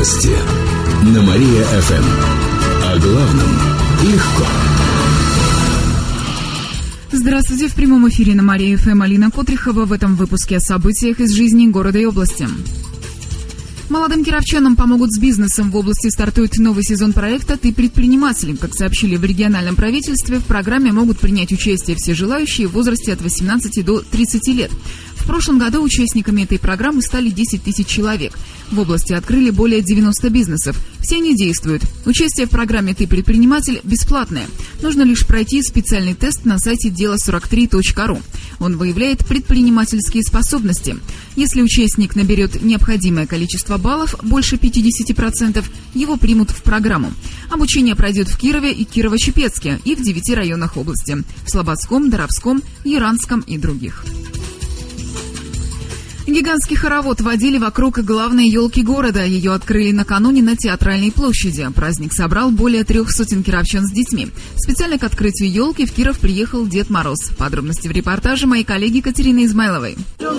Новости на Мария-ФМ. О главном легко. Здравствуйте, в прямом эфире на Мария-ФМ Алина Котрихова. В этом выпуске о событиях из жизни города и области. Молодым кировчанам помогут с бизнесом. В области стартует новый сезон проекта «Ты предприниматель». Как сообщили в региональном правительстве, в программе могут принять участие все желающие в возрасте от 18 до 30 лет. В прошлом году участниками этой программы стали 10 тысяч человек. В области открыли более 90 бизнесов. Все они действуют. Участие в программе «Ты предприниматель» бесплатное. Нужно лишь пройти специальный тест на сайте дело43.ру. Он выявляет предпринимательские способности. Если участник наберет необходимое количество баллов, больше 50%, его примут в программу. Обучение пройдет в Кирове и Кирово-Чепецке и в 9 районах области – в Слободском, Доровском, Яранском и других. Гигантский хоровод водили вокруг главной елки города. Ее открыли накануне на Театральной площади. Праздник собрал более 300 кировчан с детьми. Специально к открытию елки в Киров приехал Дед Мороз. Подробности в репортаже моей коллеги Катерины Измайловой.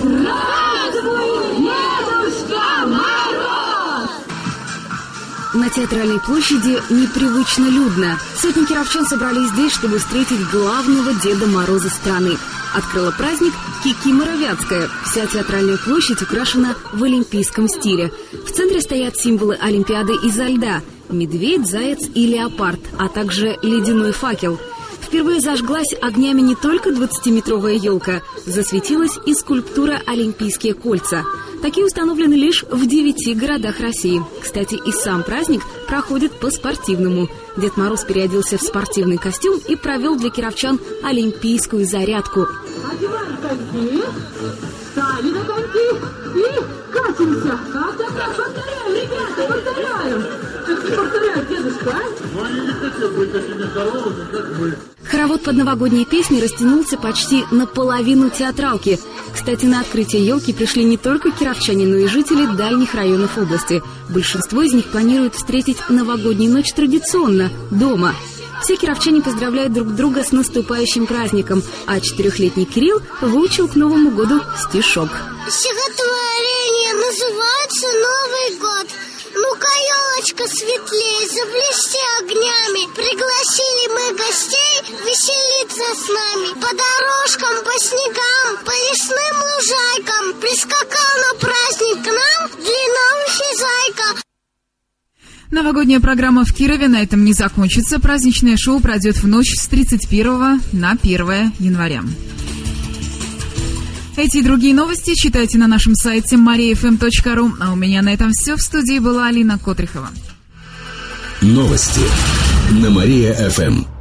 На Театральной площади непривычно людно. Сотни кировчан собрались здесь, чтобы встретить главного Деда Мороза страны. Открыла праздник Кики Моровятская. Вся Театральная площадь украшена в олимпийском стиле. В центре стоят символы Олимпиады изо льда – медведь, заяц и леопард, а также ледяной факел. Впервые зажглась огнями не только 20-метровая елка, засветилась и скульптура «Олимпийские кольца». Такие установлены лишь в 9 городах России. Кстати, и сам праздник проходит по-спортивному. Дед Мороз переоделся в спортивный костюм и провел для кировчан олимпийскую зарядку. Одеваем коньки, стали на коньки и катимся. Повторяем, ребята, повторяем. Все-таки повторяют, дедушка, а? Ну, они не хотят быть такими здоровыми, как мы. Хоровод под новогодние песни растянулся почти наполовину театралки. Кстати, на открытие елки пришли не только кировчане, но и жители дальних районов области. Большинство из них планируют встретить новогоднюю ночь традиционно, дома. Все кировчане поздравляют друг друга с наступающим праздником, а 4-летний Кирилл выучил к Новому году стишок. Стихотворение называется «Новый год». Ну-ка, елочка светлей, заблести огнями. Пригласили мы гостей веселиться с нами. По дорожкам, по снегам, по лесным лужайкам прискакал на праздник к нам длинноухий зайка. Новогодняя программа в Кирове на этом не закончится. Праздничное шоу пройдет в ночь с 31 на 1 января. Эти и другие новости читайте на нашем сайте mariafm.ru. А у меня на этом все. В студии была Алина Котрихова. Новости на Мария-ФМ.